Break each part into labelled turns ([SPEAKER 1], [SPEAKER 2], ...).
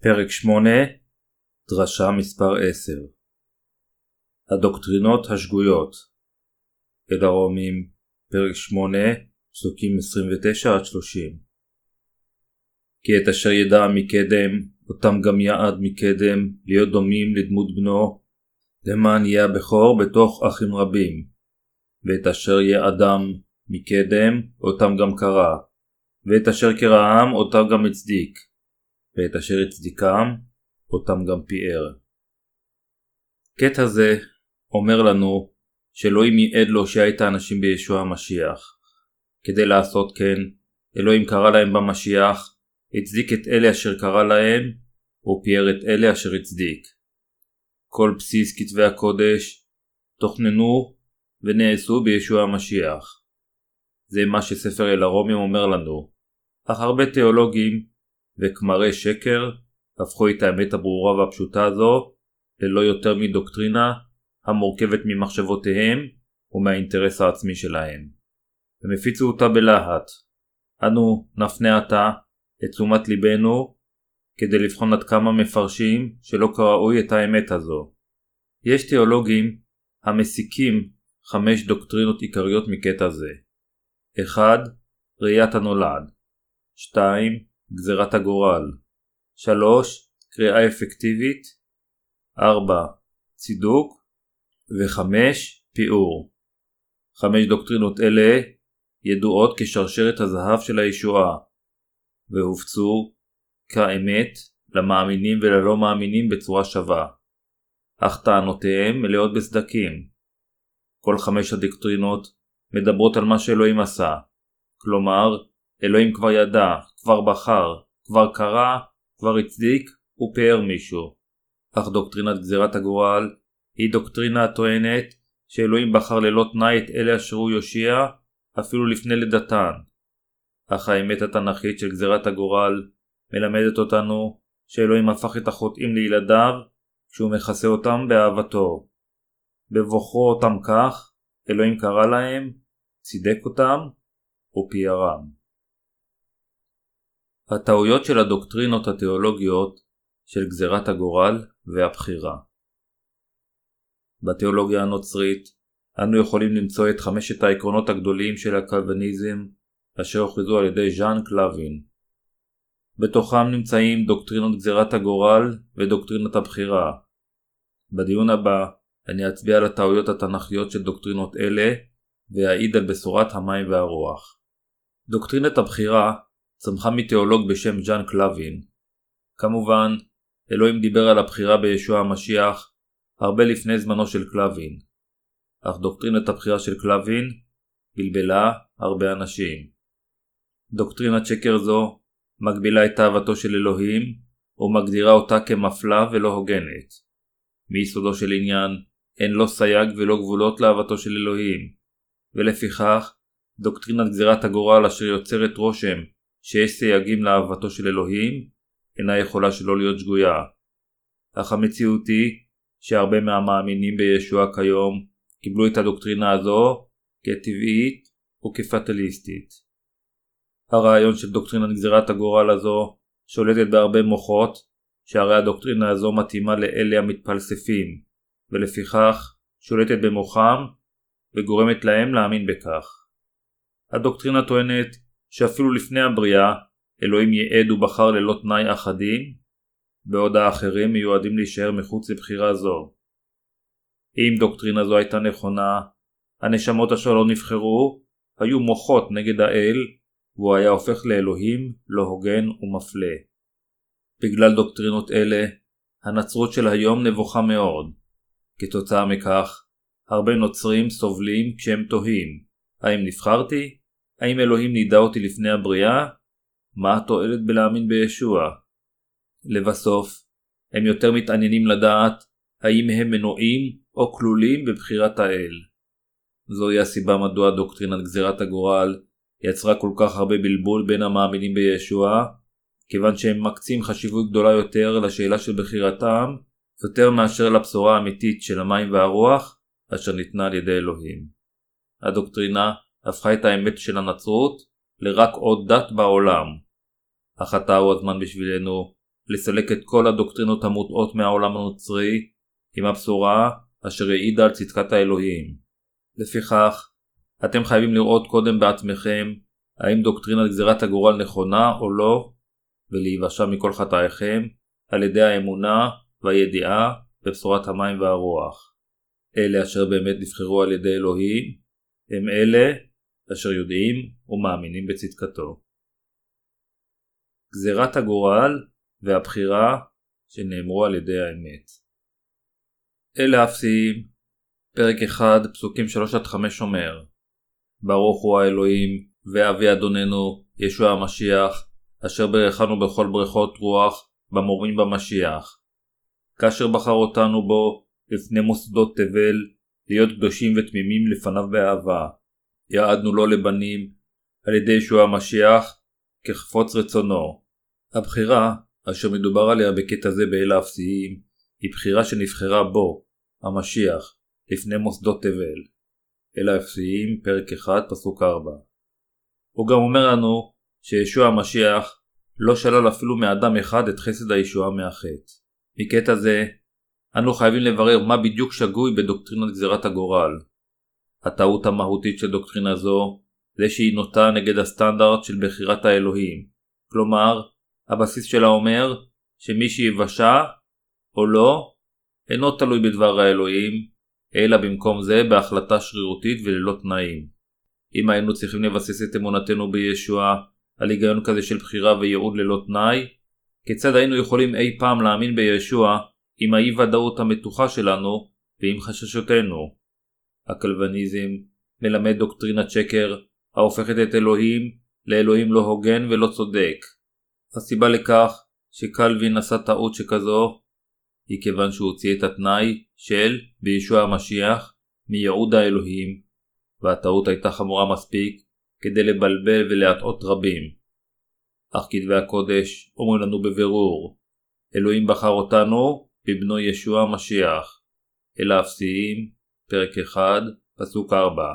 [SPEAKER 1] פרק 8, דרשה מספר 10. הדוקטרינות השגויות. אל הרומים, פרק 8, פסוקים 29-30. כי את אשר ידע מקדם, אותם גם יעד מקדם, להיות דומים לדמות בנו, למען יהיה הבכור בתוך אחים רבים. ואת אשר יעדם מקדם, אותם גם קרא, ואת אשר קראם, אותם גם הצדיק. ואת אשר הצדיקם, אותם גם פיאר. קטע זה אומר לנו שאלוהים ייעד להושיע את האנשים בישוע המשיח. כדי לעשות כן, אלוהים קרא להם במשיח, הצדיק את אלה אשר קרא להם, ופיאר את אלה אשר הצדיק. כל בסיס כתבי הקודש תוכננו ונעשו בישוע המשיח. זה מה שספר אל הרומים אומר לנו. אך הרבה תיאולוגים וכמרי שקר הפכו את האמת הברורה והפשוטה הזו ללא יותר מדוקטרינה המורכבת ממחשבותיהם ומהאינטרס העצמי שלהם. הם הפיצו אותה בלהט. אנו נפנה עתה את תשומת ליבנו כדי לבחון עד כמה מפרשים שלא כראוי את האמת הזו. יש תיאולוגים המסיקים 5 דוקטרינות עיקריות מקטע זה. 1. ראיית הנולד. 2. גזירת הגורל. 3. קריאה אפקטיבית. 4. צידוק. ו5. פיאור. 5 דוקטרינות אלה ידועות כשרשרת הזהב של הישועה, והופצו כאמת למאמינים וללא מאמינים בצורה שווה, אך טענותיהם מלאות בסדקים. כל 5 הדוקטרינות מדברות על מה שאלוהים עשה, כלומר אלוהים כבר ידע, כבר בחר, כבר קרא, כבר הצדיק ופיאר מישהו. אך דוקטרינת גזירת הגורל היא דוקטרינה הטוענת שאלוהים בחר ללא תנאי את אלה אשר הוא יושיע אפילו לפני לידתן. אך האמת התנ"כית של גזירת הגורל מלמדת אותנו שאלוהים הפך את החוטאים לילדיו כשהוא מכסה אותם באהבתו. בבוחרו אותם כך, אלוהים קרא להם, צידק אותם ופיארם. הטעויות של הדוקטרינות התיאולוגיות של גזירת הגורל והבחירה. בתיאולוגיה הנוצרית אנו יכולים למצוא את 5 העקרונות הגדולים של הקלוויניזם אשר הוכרזו על ידי ז'אן קלווין. בתוכם נמצאים דוקטרינות גזירת הגורל ודוקטרינת הבחירה. בדיון הבא אני אצביע על הטעויות התנ"כיות של דוקטרינות אלה ואעיד על בשורת המים והרוח. דוקטרינת הבחירה צמחה מתיאולוג בשם ז'אן קלווין. כמובן, אלוהים דיבר על הבחירה בישוע המשיח הרבה לפני זמנו של קלווין. אך דוקטרינת הבחירה של קלווין בלבלה הרבה אנשים. דוקטרינת שקר זו מגבילה את אהבתו של אלוהים ומגדירה אותה כמפלה ולא הוגנת. מיסודו של עניין אין לו סייג ולא גבולות לאהבתו של אלוהים, ולפיכך דוקטרינת גזירת הגורל אשר יוצרת רושם שיש סייגים לאהבתו של אלוהים אינה יכולה שלא להיות שגויה. אך המציאות היא שהרבה מהמאמינים בישוע כיום קיבלו את הדוקטרינה הזו כטבעית וכפטליסטית. הרעיון של דוקטרינת גזירת הגורל הזו שולטת בהרבה מוחות, שהרי הדוקטרינה הזו מתאימה לאלה המתפלספים, ולפיכך שולטת במוחם וגורמת להם להאמין בכך. הדוקטרינה טוענת שאפילו לפני הבריאה אלוהים ייעד ובחר ללא תנאי אחדים, בעוד האחרים מיועדים להישאר מחוץ לבחירה זו. אם דוקטרינה זו הייתה נכונה, הנשמות אשר לא נבחרו היו מוחות נגד האל, והוא היה הופך לאלוהים לא הוגן ומפלה. בגלל דוקטרינות אלה, הנצרות של היום נבוכה מאוד. כתוצאה מכך, הרבה נוצרים סובלים כשהם תוהים, האם נבחרתי? האם אלוהים נידע אותי לפני הבריאה? מה התועלת בלהאמין בישוע? לבסוף, הם יותר מתעניינים לדעת האם הם מנועים או כלולים בבחירת האל. זוהי הסיבה מדוע דוקטרינת גזירת הגורל יצרה כל כך הרבה בלבול בין המאמינים בישוע, כיוון שהם מקצים חשיבות גדולה יותר לשאלה של בחירתם, יותר מאשר לבשורה האמיתית של המים והרוח אשר ניתנה על ידי אלוהים. הדוקטרינה הפכה את האמת של הנצרות לרק עוד דת בעולם. אך עתה הוא הזמן בשבילנו לסלק את כל הדוקטרינות המוטעות מהעולם הנוצרי עם הבשורה אשר העידה על צדקת האלוהים. לפיכך, אתם חייבים לראות קודם בעצמכם האם דוקטרינת גזירת הגורל נכונה או לא, ולהיוושע מכל חטאיכם על ידי האמונה והידיעה בבשורת המים והרוח. אלה אשר באמת נבחרו על ידי אלוהים הם אלה אשר יודעים ומאמינים בצדקתו. גזירת הגורל והבחירה שנאמרו על ידי האמת. אלה אפסיים, פרק 1 פסוקים 3-5 אומר: ברוך הוא האלוהים ואבי אדוננו ישוע המשיח, אשר ברכנו בכל ברכות רוח במורים במשיח, כאשר בחר אותנו בו לפני מוסדות תבל להיות קדושים ותמימים לפניו באהבה. יעדנו לו לבנים על ידי ישוע המשיח כחפוץ רצונו. הבחירה אשר מדובר עליה בקטע זה באלה האפסיים היא בחירה שנבחרה בו, המשיח, לפני מוסדות תבל. אלה האפסיים, פרק 1 פסוק 4. הוא גם אומר לנו שישוע המשיח לא שלל אפילו מאדם אחד את חסד הישועה מהחטא. מקטע זה אנו חייבים לברר מה בדיוק שגוי בדוקטרינת גזירת הגורל. הטעות המהותית של דוקטרינה זו זה שהיא נוטה נגד הסטנדרט של בחירת האלוהים. כלומר, הבסיס שלה אומר שמי שיבשע או לא אינו תלוי בדבר האלוהים, אלא במקום זה בהחלטה שרירותית וללא תנאים. אם היינו צריכים לבסס את אמונתנו בישוע על היגיון כזה של בחירה וייעוד ללא תנאי, כיצד היינו יכולים אי פעם להאמין בישוע עם האי ודאות המתוחה שלנו ועם חששותנו? הקלווניזם מלמד דוקטרינת שקר ההופכת את אלוהים לאלוהים לא הוגן ולא צודק. הסיבה לכך שקלווין עשה טעות שכזו היא כיוון שהוא הוציא את התנאי של בישוע המשיח מייעוד האלוהים, והטעות הייתה חמורה מספיק כדי לבלבל ולהטעות רבים. אך כתבי הקודש אומרים לנו בבירור, אלוהים בחר אותנו בבנו ישוע המשיח. אלה האפסיים, פרק 1 פסוק 4.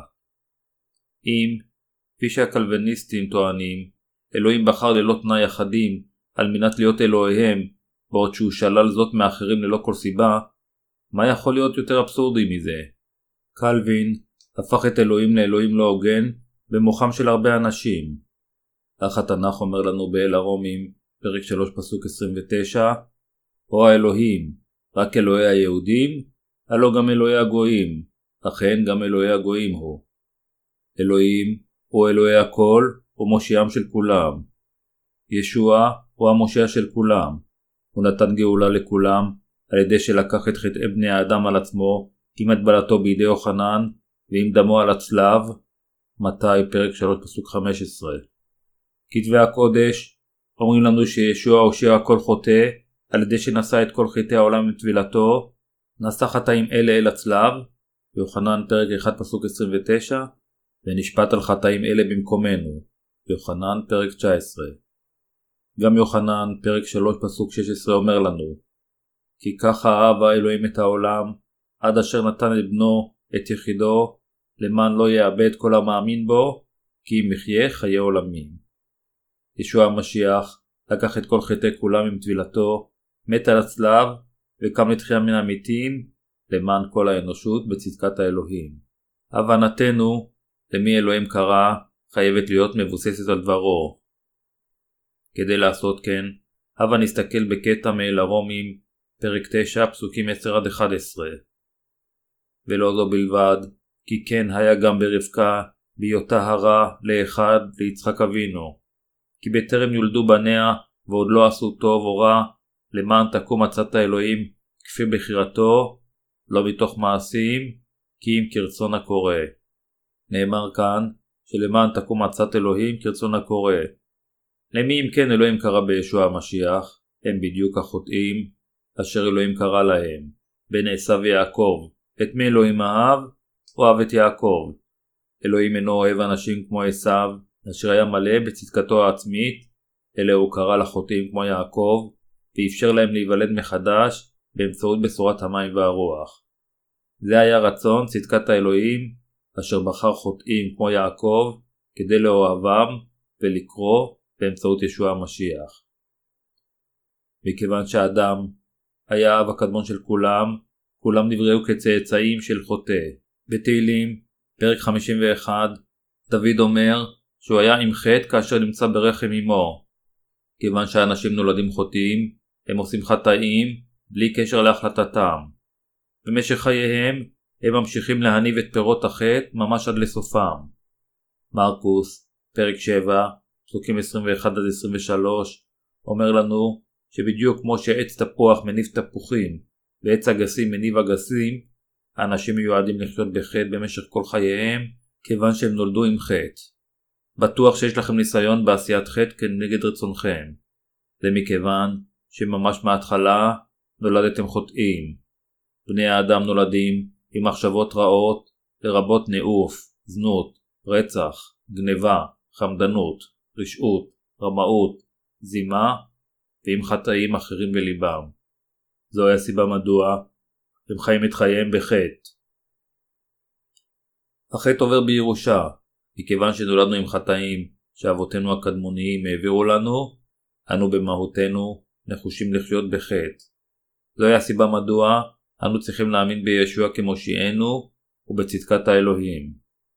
[SPEAKER 1] אם, כפי שהקלווניסטים טוענים, אלוהים בחר ללא תנאי אחדים על מנת להיות אלוהיהם, בעוד שהוא שלל זאת מאחרים ללא כל סיבה, מה יכול להיות יותר אבסורדי מזה? קלווין הפך את אלוהים לאלוהים לא הוגן במוחם של הרבה אנשים. אך התנ"ך אומר לנו באל הרומים, פרק 3 פסוק 29, או האלוהים, רק אלוהי היהודים, הלא גם אלוהי הגויים, אכן גם אלוהי הגויים הוא. אלוהים הוא אלוהי הכל ומושיעם של כולם. ישוע הוא המושיע של כולם. הוא נתן גאולה לכולם על ידי שלקח את חטאי בני האדם על עצמו עם הטבלתו בידי יוחנן ועם דמו על הצלב. מתי פרק 3 פסוק 15. כתבי הקודש אומרים לנו שישוע הושיע כל חוטא על ידי שנשא את כל חטאי העולם עם טבילתו, נשא חטאים אלה אל הצלב, יוחנן פרק 1 פסוק 29, ונשפט על חטאים אלה במקומנו, יוחנן פרק 19. גם יוחנן פרק 3 פסוק 16 אומר לנו, כי ככה אהב האלוהים את העולם עד אשר נתן את בנו את יחידו למען לא יאבד כל המאמין בו, כי אם יחיה חיי עולמים. ישוע המשיח לקח את כל חטאי כולם עם טבילתו, מת על הצלב וקם לתחייה מן המתים למען כל האנושות בצדקת האלוהים. הבנתנו למי אלוהים קרא חייבת להיות מבוססת על דברו. כדי לעשות כן, הבה נסתכל בקטע מאל הרומים, פרק 9 פסוקים 10-11. ולא זו בלבד, כי כן היה גם ברבקה בהיותה הרע לאחד ליצחק אבינו. כי בטרם יולדו בניה ועוד לא עשו טוב או רע, למען תקום עצת האלוהים כפי בחירתו, לא מתוך מעשים, כי אם כרצון הקורא. נאמר כאן שלמען תקום עצת אלוהים כרצון הקורא. למי אם כן אלוהים קרא בישוע המשיח? הם בדיוק החוטאים אשר אלוהים קרא להם, בין עשיו ויעקב. את מי אלוהים אהב? הוא אהב את יעקב. אלוהים אינו אוהב אנשים כמו עשיו, אשר היה מלא בצדקתו העצמית, אלא הוא קרא לחוטאים כמו יעקב, ואפשר להם להיוולד מחדש באמצעות בשורת המים והרוח. זה היה רצון צדקת האלוהים, אשר בחר חוטאים כמו יעקב, כדי לאוהבם ולקרוא באמצעות ישוע המשיח. מכיוון שהאדם היה האב הקדמון של כולם, כולם נבראו כצאצאים של חוטא. בתהילים, פרק 51, דוד אומר שהוא היה עם חטא כאשר נמצא ברחם אמו. כיוון שהאנשים נולדים חוטאים, הם עושים חטאים בלי קשר להחלטתם. במשך חייהם הם ממשיכים להניב את פירות החטא ממש עד לסופם. מרקוס, פרק 7, פסוקים 21-23, אומר לנו שבדיוק כמו שעץ תפוח מניב תפוחים ועץ אגסים מניב אגסים, האנשים מיועדים לחיות בחטא במשך כל חייהם, כיוון שהם נולדו עם חטא. בטוח שיש לכם ניסיון בעשיית חטא כנגד רצונכם. זה מכיוון שממש מההתחלה נולדתם חוטאים. בני האדם נולדים עם מחשבות רעות, לרבות ניאוף, זנות, רצח, גניבה, חמדנות, רשעות, רמאות, זימה, ועם חטאים אחרים בליבם. זוהי הסיבה מדוע הם חיים את חייהם בחטא. החטא עובר בירושה, מכיוון שנולדנו עם חטאים שאבותינו הקדמוניים העבירו לנו, אנו במהותנו נחושים לחיות בחטא. זוהי הסיבה מדוע אנו צריכים להאמין בישוע כמושיענו ובצדקת האלוהים.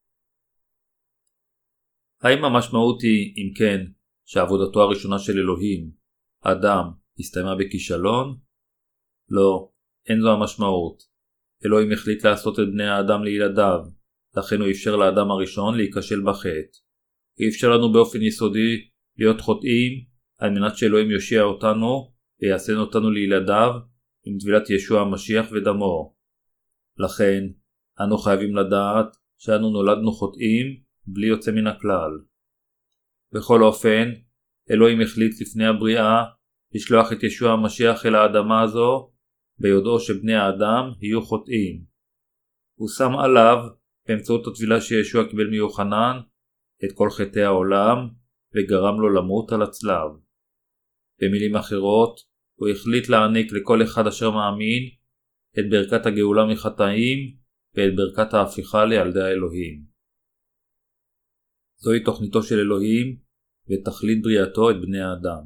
[SPEAKER 1] האם המשמעות היא, אם כן, שעבודתו הראשונה של אלוהים, אדם, הסתיימה בכישלון? לא, אין זו המשמעות. אלוהים החליט לעשות את בני האדם לילדיו, לכן הוא אפשר לאדם הראשון להיכשל בחטא. הוא אפשר לנו באופן יסודי להיות חוטאים, על מנת שאלוהים יושיע אותנו ויעשן אותנו לילדיו עם טבילת ישוע המשיח ודמו. לכן, אנו חייבים לדעת שאנו נולדנו חוטאים בלי יוצא מן הכלל. בכל אופן, אלוהים החליט לפני הבריאה לשלוח את ישוע המשיח אל האדמה הזו, ביודעו שבני האדם יהיו חוטאים. הוא שם עליו, באמצעות הטבילה שישוע קיבל מיוחנן, את כל חטאי העולם, וגרם לו למות על הצלב. במילים אחרות, הוא החליט להעניק לכל אחד אשר מאמין את ברכת הגאולה מחטאים ואת ברכת ההפיכה לילדי האלוהים. זוהי תוכניתו של אלוהים ותכלית בריאתו את בני האדם.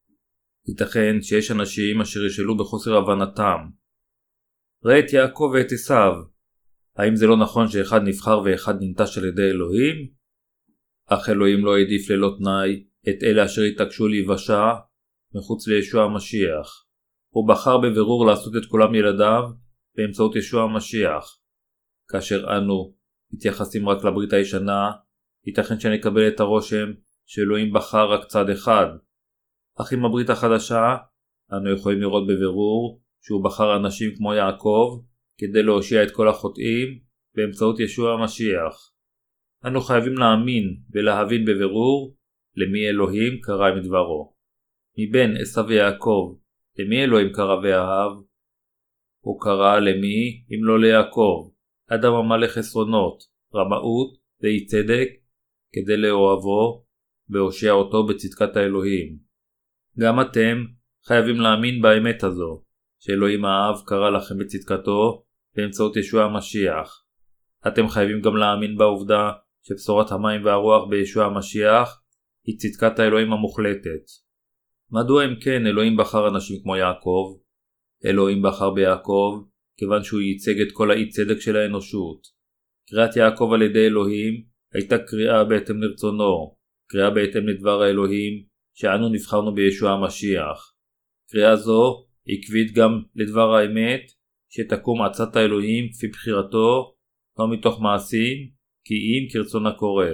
[SPEAKER 1] ייתכן שיש אנשים אשר ישאלו בחוסר הבנתם, ראה את יעקב ואת עשיו, האם זה לא נכון שאחד נבחר ואחד ננטש על ידי אלוהים? אך אלוהים לא העדיף ללא תנאי את אלה אשר התעקשו להיוושע מחוץ לישוע המשיח. הוא בחר בבירור לעשות את כולם ילדיו באמצעות ישוע המשיח. כאשר אנו מתייחסים רק לברית הישנה, ייתכן שנקבל את הרושם שאלוהים בחר רק צד אחד. אך עם הברית החדשה, אנו יכולים לראות בבירור שהוא בחר אנשים כמו יעקב כדי להושיע את כל החוטאים באמצעות ישוע המשיח. אנו חייבים להאמין ולהבין בבירור למי אלוהים קרא עם דברו. מבין עשיו ויעקב, למי אלוהים קרא ואהב? הוא קרא למי אם לא ליעקב, אדם המלא חסרונות, רמאות ואי צדק, כדי לאוהבו והושיע אותו בצדקת האלוהים. גם אתם חייבים להאמין באמת הזו, שאלוהים האב קרא לכם בצדקתו באמצעות ישוע המשיח. אתם חייבים גם להאמין בעובדה שבשורת המים והרוח בישוע המשיח היא צדקת האלוהים המוחלטת. מדוע אם כן אלוהים בחר אנשים כמו יעקב? אלוהים בחר ביעקב כיוון שהוא ייצג את כל האי צדק של האנושות. קריאת יעקב על ידי אלוהים הייתה קריאה בהתאם לרצונו, קריאה בהתאם לדבר האלוהים שאנו נבחרנו בישוע המשיח. קריאה זו עקבית גם לדבר האמת שתקום עצת האלוהים כפי בחירתו, לא מתוך מעשים, כי אם כרצון הקורא.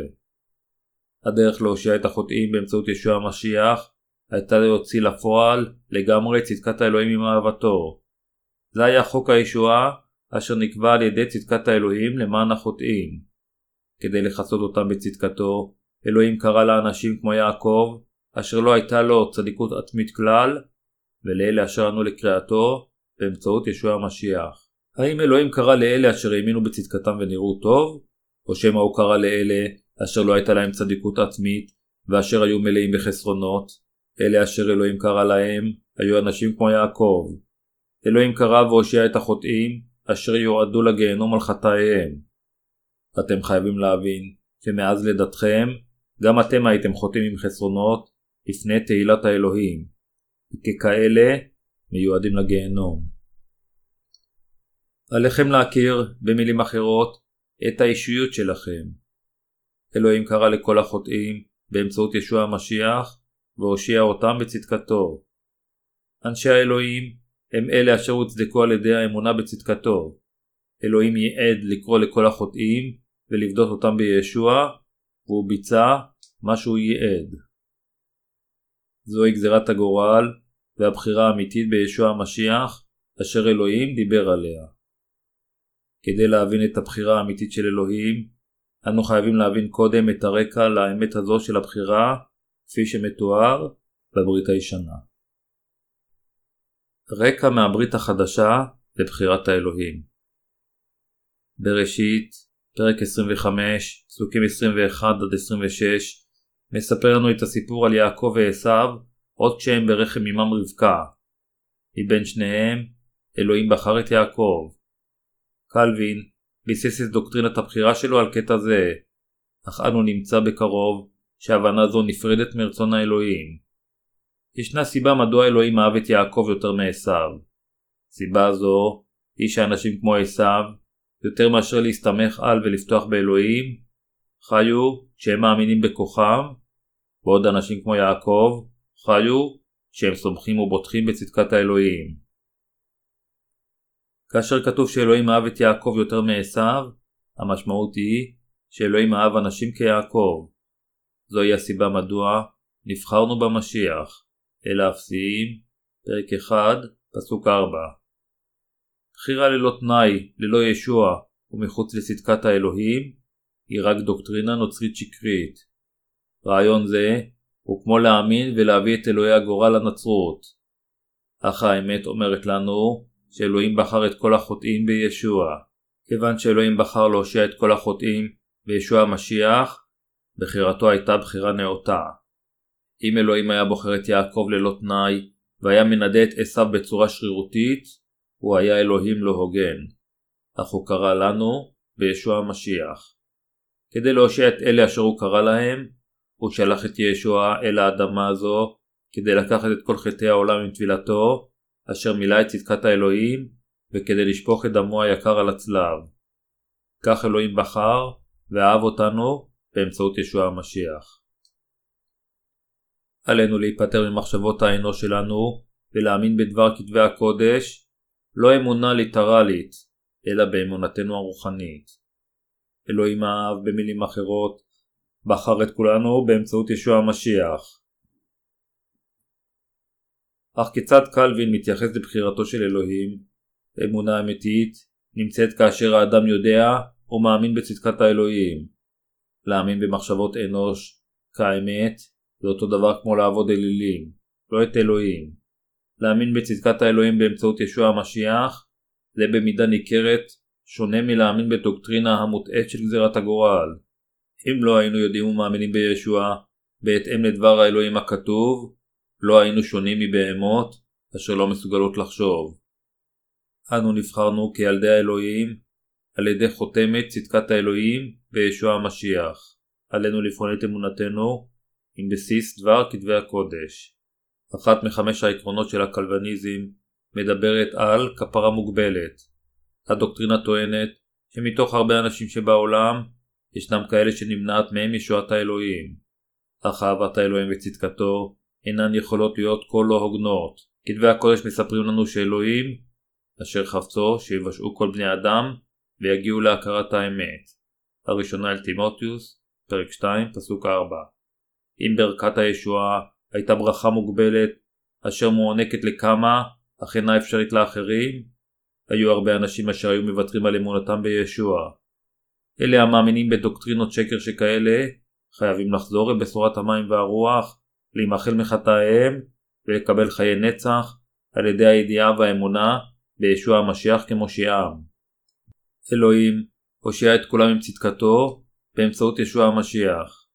[SPEAKER 1] הדרך להושיע את החוטאים באמצעות ישוע המשיח הייתה להוציא לפועל לגמרי צדקת האלוהים עם אהבתו. זה היה חוק הישועה אשר נקבע על ידי צדקת האלוהים למען החוטאים. כדי לחסות אותם בצדקתו, אלוהים קרא לאנשים כמו יעקב, אשר לא הייתה לו צדיקות עצמית כלל, ולאלה אשר ענו לקריאתו באמצעות ישוע המשיח. האם אלוהים קרא לאלה אשר האמינו בצדקתם ונראו טוב, או שמא הוא קרא לאלה אשר לא הייתה להם צדיקות עצמית ואשר היו מלאים בחסרונות? אלה אשר אלוהים קרא להם היו אנשים כמו יעקב. אלוהים קרא והושיע את החוטאים אשר יועדו לגיהנום על חטאיהם. אתם חייבים להבין שמאז לידתכם גם אתם הייתם חוטאים עם חסרונות לפני תהילת האלוהים. וככאלה מיועדים לגיהנום. עליכם להכיר במילים אחרות את האישיות שלכם. אלוהים קרא לכל החוטאים באמצעות ישוע המשיח והושיע אותם בצדקתו. אנשי האלוהים הם אלה אשר הוצדקו על ידי האמונה בצדקתו. אלוהים ייעד לקרוא לכל החוטאים ולפדות אותם בישוע, והוא ביצע מה שהוא ייעד. זוהי גזירת הגורל והבחירה האמיתית בישוע המשיח אשר אלוהים דיבר עליה. כדי להבין את הבחירה האמיתית של אלוהים, אנו חייבים להבין קודם את הרקע לאמת הזו של הבחירה כפי שמתואר בברית הישנה. רקע מהברית החדשה לבחירת האלוהים. בראשית, פרק 25, פסוקים 21-26, מספר לנו את הסיפור על יעקב ועשיו עוד כשהם ברחם אמם רבקה. מבין שניהם, אלוהים בחר את יעקב. קלווין ביסס את דוקטרינת הבחירה שלו על קטע זה, אך אנו נמצא בקרוב שההבנה זו נפרדת מרצון האלוהים. ישנה סיבה מדוע אלוהים אהב את יעקב יותר מעשיו. סיבה זו היא שאנשים כמו עשיו, יותר מאשר להסתמך על ולפתוח באלוהים, חיו כשהם מאמינים בכוחם, בעוד אנשים כמו יעקב חיו כשהם סומכים ובוטחים בצדקת האלוהים. כאשר כתוב שאלוהים אהב את יעקב יותר מעשיו, המשמעות היא שאלוהים אהב אנשים כיעקב. זוהי הסיבה מדוע נבחרנו במשיח. אלה אפסיים, פרק 1, פסוק 4. בחירה ללא תנאי, ללא ישוע ומחוץ לצדקת האלוהים, היא רק דוקטרינה נוצרית שקרית. רעיון זה הוא כמו להאמין ולהביא את אלוהי הגורל לנצרות. אך האמת אומרת לנו שאלוהים בחר את כל החוטאים בישוע. כיוון שאלוהים בחר להושיע את כל החוטאים בישוע המשיח, בחירתו הייתה בחירה נאותה. אם אלוהים היה בוחר את יעקב ללא תנאי והיה מנדה את עשיו בצורה שרירותית, הוא היה אלוהים לא הוגן. אך הוא קרא לנו בישוע המשיח. כדי להושיע את אלה אשר הוא קרא להם, הוא שלח את ישוע אל האדמה הזו כדי לקחת את כל חטאי העולם עם טבילתו, אשר מילא את צדקת האלוהים, וכדי לשפוך את דמו היקר על הצלב. כך אלוהים בחר ואהב אותנו באמצעות ישוע המשיח. עלינו להיפטר ממחשבות האנוש שלנו ולהאמין בדבר כתבי הקודש, לא אמונה ליטרלית, אלא באמונתנו הרוחנית. אלוהים אהב, במילים אחרות, בחר את כולנו באמצעות ישוע המשיח. אך כיצד קלווין מתייחס לבחירתו של אלוהים? אמונה אמיתית נמצאת כאשר האדם יודע ומאמין בצדקת האלוהים. להאמין במחשבות אנוש כאמת זה אותו דבר כמו לעבוד אלילים, לא את אלוהים. להאמין בצדקת האלוהים באמצעות ישוע המשיח זה במידה ניכרת שונה מלהאמין בדוקטרינה המוטעית של גזירת הגורל. אם לא היינו יודעים ומאמינים בישוע בהתאם לדבר האלוהים הכתוב, לא היינו שונים מבהמות אשר לא מסוגלות לחשוב. אנו נבחרנו כילדי האלוהים על ידי חותמת צדקת האלוהים בישוע המשיח. עלינו לבחון את אמונתנו עם בסיס דבר כתבי הקודש. אחת מחמש העקרונות של הקלווניזם מדברת על כפרה מוגבלת. הדוקטרינה טוענת שמתוך הרבה אנשים שבעולם ישנם כאלה שנמנעת מהם ישועת האלוהים. אך אהבת האלוהים וצדקתו אינן יכולות להיות כה לא הוגנות. כתבי הקודש מספרים לנו שאלוהים אשר חפצו שיבשעו כל בני אדם ויגיעו להכרת האמת. הראשונה אל תימותיוס, פרק 2, פסוק 4. אם ברכת הישועה הייתה ברכה מוגבלת אשר מוענקת לכמה אך אינה אפשרית לאחרים, היו הרבה אנשים אשר היו מוותרים על אמונתם בישוע. אלה המאמינים בדוקטרינות שקר שכאלה חייבים לחזור אל בשורת המים והרוח, להימחל מחטאיהם ולקבל חיי נצח על ידי הידיעה והאמונה בישוע המשיח כמושיעם. אלוהים הושיע את כולם עם צדקתו באמצעות ישוע המשיח.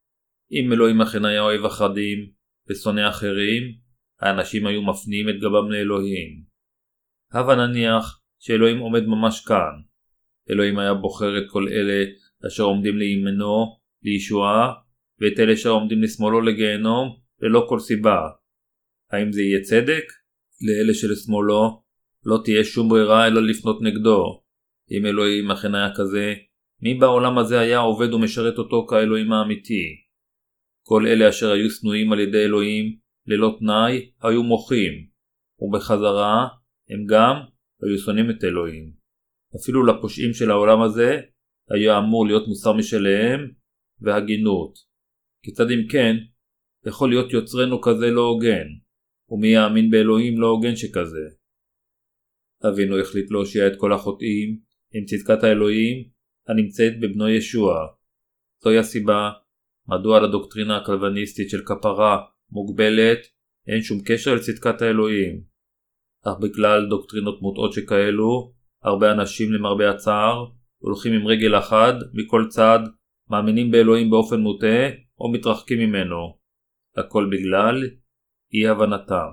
[SPEAKER 1] אם אלוהים אכן היה אוהב אחדים ושונא אחרים, האנשים היו מפנים את גבם לאלוהים. הבה נניח שאלוהים עומד ממש כאן. אלוהים היה בוחר את כל אלה אשר עומדים לימינו לישועה, ואת אלה אשר עומדים לשמאלו לגיהנום ללא כל סיבה. האם זה יהיה צדק? לאלה שלשמאלו לא תהיה שום ברירה אלא לפנות נגדו. אם אלוהים אכן היה כזה, מי בעולם הזה היה עובד ומשרת אותו כאלוהים האמיתי? כל אלה אשר היו שנואים על ידי אלוהים ללא תנאי היו מוחים, ובחזרה הם גם היו שונאים את אלוהים. אפילו לפושעים של העולם הזה היה אמור להיות מוסר משלהם והגינות. כיצד אם כן יכול להיות יוצרנו כזה לא הוגן? ומי יאמין באלוהים לא הוגן שכזה? אבינו החליט להושיע את כל החוטאים עם צדקת האלוהים הנמצאת בבנו ישוע. זוהי הסיבה מדוע לדוקטרינה הקלווניסטית של כפרה מוגבלת אין שום קשר לצדקת האלוהים. אך בגלל דוקטרינות מוטעות שכאלו, הרבה אנשים למרבה הצער הולכים עם רגל אחד מכל צד, מאמינים באלוהים באופן מוטה או מתרחקים ממנו. הכל בגלל אי הבנתם.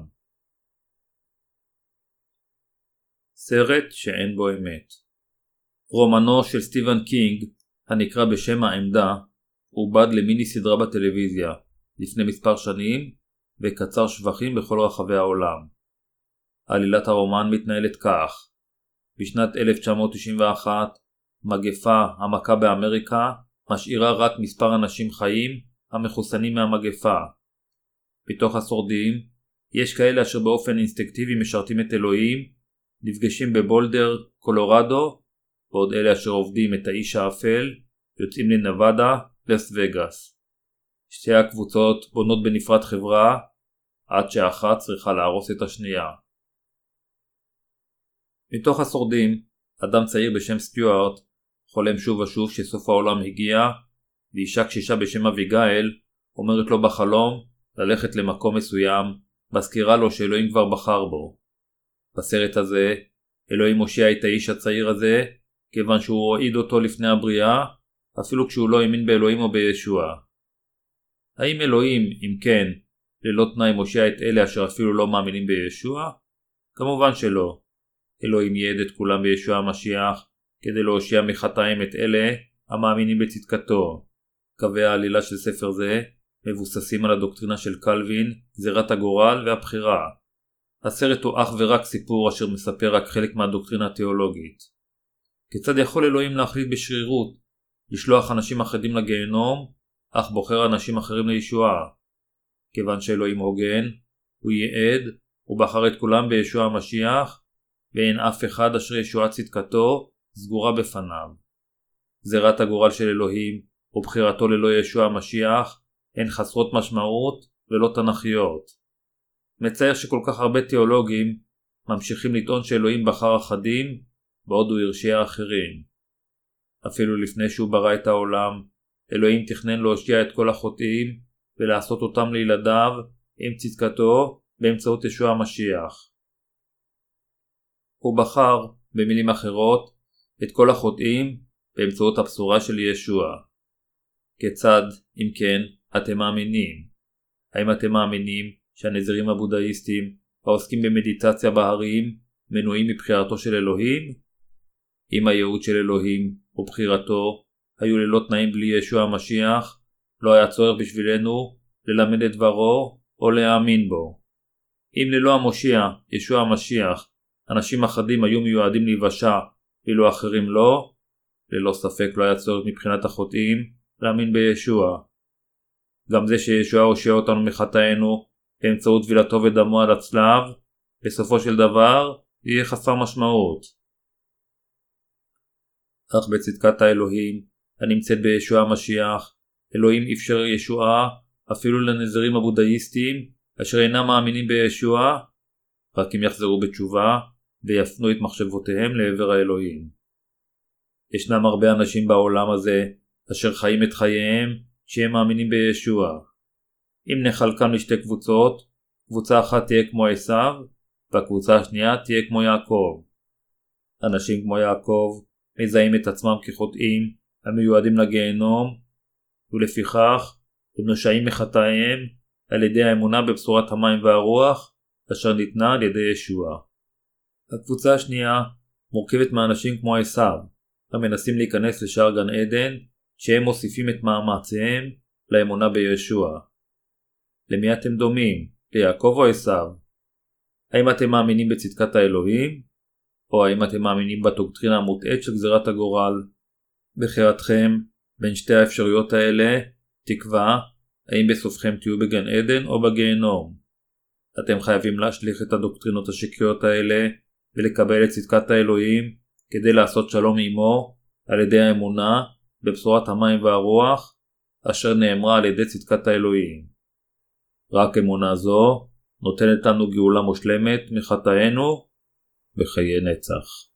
[SPEAKER 1] סרט שאין בו אמת. רומנו של סטיבן קינג, הנקרא בשם העמדה, עובד למיני סדרה בטלוויזיה לפני מספר שנים וקצר שבחים בכל רחבי העולם. עלילת הרומן מתנהלת כך: בשנת 1991 מגפה המכה באמריקה משאירה רק מספר אנשים חיים המחוסנים מהמגפה. בתוך השורדים יש כאלה אשר באופן אינסטינקטיבי משרתים את אלוהים, נפגשים בבולדר, קולורדו, ועוד אלה אשר עובדים את האיש האפל, יוצאים לנבדה, לס וגאס. שתי הקבוצות בונות בנפרד חברה, עד שאחת צריכה להרוס את השנייה. מתוך השורדים, אדם צעיר בשם סטיוארט חולם שוב ושוב שסוף העולם הגיע, ואישה קשישה בשם אביגיל אומרת לו בחלום ללכת למקום מסוים, מזכירה לו שאלוהים כבר בחר בו. בסרט הזה, אלוהים מושיע את האיש הצעיר הזה, כיוון שהוא הועיד אותו לפני הבריאה, אפילו כשהוא לא האמין באלוהים או בישוע. האם אלוהים, אם כן, ללא תנאי מושיע את אלה אשר אפילו לא מאמינים בישוע? כמובן שלא. אלוהים ייעד את כולם בישוע המשיח, כדי להושיע מחטאים את אלה המאמינים בצדקתו. קווי העלילה של ספר זה מבוססים על הדוקטרינה של קלווין, גזירת הגורל והבחירה. הסרט הוא אך ורק סיפור אשר מספר רק חלק מהדוקטרינה התיאולוגית. כיצד יכול אלוהים להחליט בשרירות לשלוח אנשים אחדים לגיהנום, אך בוחר אנשים אחרים לישועה? כיוון שאלוהים הוגן, הוא ייעד ובחר את כולם בישוע המשיח, ואין אף אחד אשר ישועת צדקתו סגורה בפניו. גזירת הגורל של אלוהים ובחירתו ללא ישוע המשיח הן חסרות משמעות ולא תנכיות. מצער שכל כך הרבה תיאולוגים ממשיכים לטעון שאלוהים בחר אחדים בעוד הוא הרשיע אחרים. אפילו לפני שהוא ברא את העולם, אלוהים תכנן להושיע את כל החוטאים ולעשות אותם לילדיו עם צדקתו באמצעות ישוע המשיח. הוא בחר, במילים אחרות, את כל החוטאים באמצעות הבשורה של ישוע. כיצד, אם כן, אתם מאמינים? האם אתם מאמינים שהנזירים הבודהיסטים העוסקים במדיטציה בהרים מנועים מבחירתו של אלוהים? אם הייעוד של אלוהים ובחירתו היו ללא תנאים בלי ישוע המשיח, לא היה צורך בשבילנו ללמד את דברו או להאמין בו. אם ללא המושיע, ישוע המשיח, אנשים אחדים היו מיועדים להיוושע ואילו אחרים לא, ללא ספק לא היה צורך מבחינת החוטאים להאמין בישוע. גם זה שישוע הושיע אותנו מחטאינו באמצעות טבילתו ודמו על הצלב, בסופו של דבר יהיה חסר משמעות. אך בצדקת האלוהים הנמצאת בישוע המשיח, אלוהים אפשר ישועה אפילו לנזירים הבודהיסטים אשר אינם מאמינים בישוע, רק אם יחזרו בתשובה ויפנו את מחשבותיהם לעבר האלוהים. ישנם הרבה אנשים בעולם הזה אשר חיים את חייהם שהם מאמינים בישוע. אם נחלקם לשתי קבוצות, קבוצה אחת תהיה כמו עשיו והקבוצה השנייה תהיה כמו יעקב. אנשים כמו יעקב מזהים את עצמם כחוטאים המיועדים לגיהנום, ולפיכך הם נושעים מחטאיהם על ידי האמונה בבשורת המים והרוח אשר ניתנה על ידי ישוע. הקבוצה השנייה מורכבת מאנשים כמו עשיו, המנסים להיכנס לשער גן עדן, שהם מוסיפים את מאמציהם לאמונה בישוע. למי אתם דומים? ליעקב או עשיו? האם אתם מאמינים בצדקת האלוהים? או האם אתם מאמינים בדוקטרינה המוטעית של גזירת הגורל? בחירתכם, בין שתי האפשרויות האלה, תקבע האם בסופכם תהיו בגן עדן או בגיהנום. אתם חייבים להשליך את הדוקטרינות השקריות האלה ולקבל את צדקת האלוהים כדי לעשות שלום עמו על ידי האמונה בבשורת המים והרוח אשר נאמרה על ידי צדקת האלוהים. רק אמונה זו נותנת לנו גאולה מושלמת מחטאינו בחיי נצח.